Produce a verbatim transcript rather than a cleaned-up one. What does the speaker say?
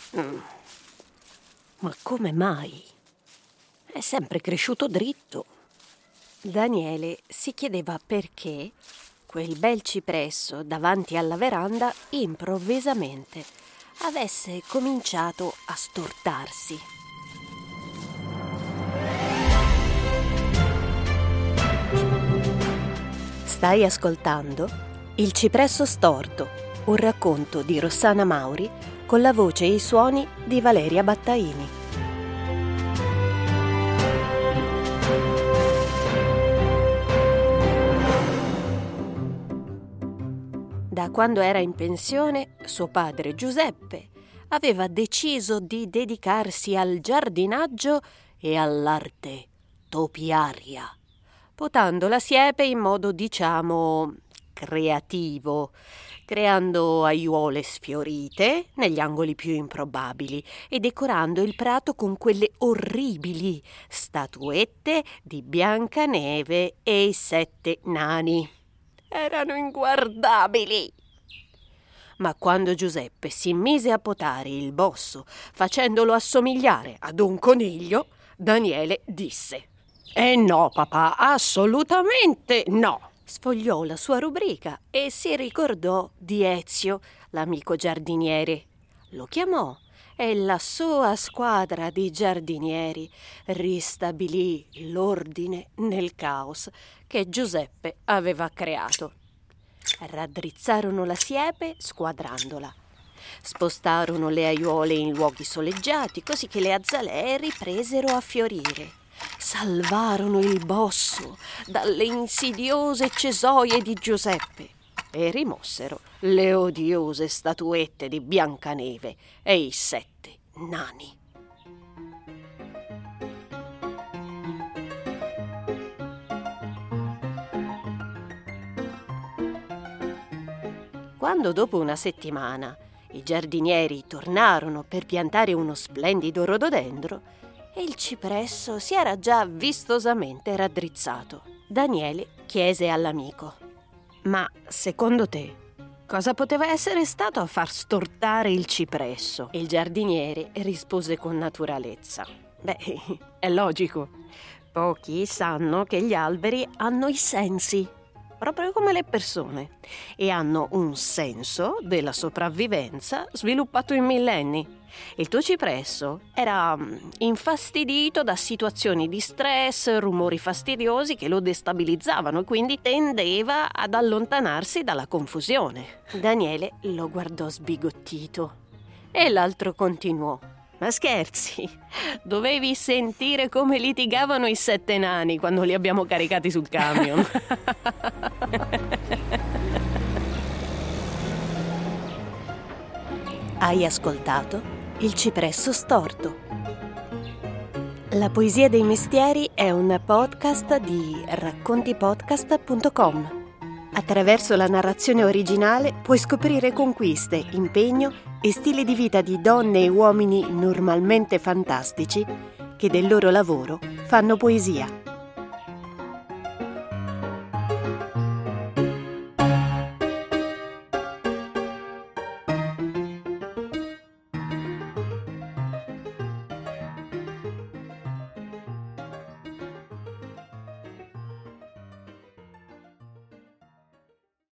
Mm. Ma come mai? È sempre cresciuto dritto. Daniele si chiedeva perché quel bel cipresso davanti alla veranda improvvisamente avesse cominciato a stortarsi. Stai ascoltando Il cipresso storto, un racconto di Rossana Mauri con la voce e i suoni di Valeria Battaini. Da quando era in pensione, suo padre Giuseppe aveva deciso di dedicarsi al giardinaggio e all'arte topiaria, potando la siepe in modo, diciamo, creativo, creando aiuole sfiorite negli angoli più improbabili e decorando il prato con quelle orribili statuette di Biancaneve e i sette nani. Erano inguardabili. Ma quando Giuseppe si mise a potare il bosso, facendolo assomigliare ad un coniglio, Daniele disse: «Eh no, papà, assolutamente no!» Sfogliò la sua rubrica e si ricordò di Ezio, l'amico giardiniere. Lo chiamò e la sua squadra di giardinieri ristabilì l'ordine nel caos che Giuseppe aveva creato. Raddrizzarono la siepe squadrandola. Spostarono le aiuole in luoghi soleggiati così che le azalee ripresero a fiorire. Salvarono il bosso dalle insidiose cesoie di Giuseppe e rimossero le odiose statuette di Biancaneve e i sette nani. Quando dopo una settimana i giardinieri tornarono per piantare uno splendido rododendro, il cipresso si era già vistosamente raddrizzato. Daniele chiese all'amico: «Ma secondo te cosa poteva essere stato a far stortare il cipresso?» Il giardiniere rispose con naturalezza: «Beh, è logico. Pochi sanno che gli alberi hanno i sensi, proprio come le persone, e hanno un senso della sopravvivenza sviluppato in millenni. Il tuo cipresso era infastidito da situazioni di stress, rumori fastidiosi che lo destabilizzavano e quindi tendeva ad allontanarsi dalla confusione». Daniele lo guardò sbigottito e l'altro continuò: «Ma scherzi? Dovevi sentire come litigavano i sette nani quando li abbiamo caricati sul camion». Hai ascoltato Il cipresso storto. La poesia dei mestieri è un podcast di racconti podcast punto com. Attraverso la narrazione originale puoi scoprire conquiste, impegno e stili di vita di donne e uomini normalmente fantastici che del loro lavoro fanno poesia.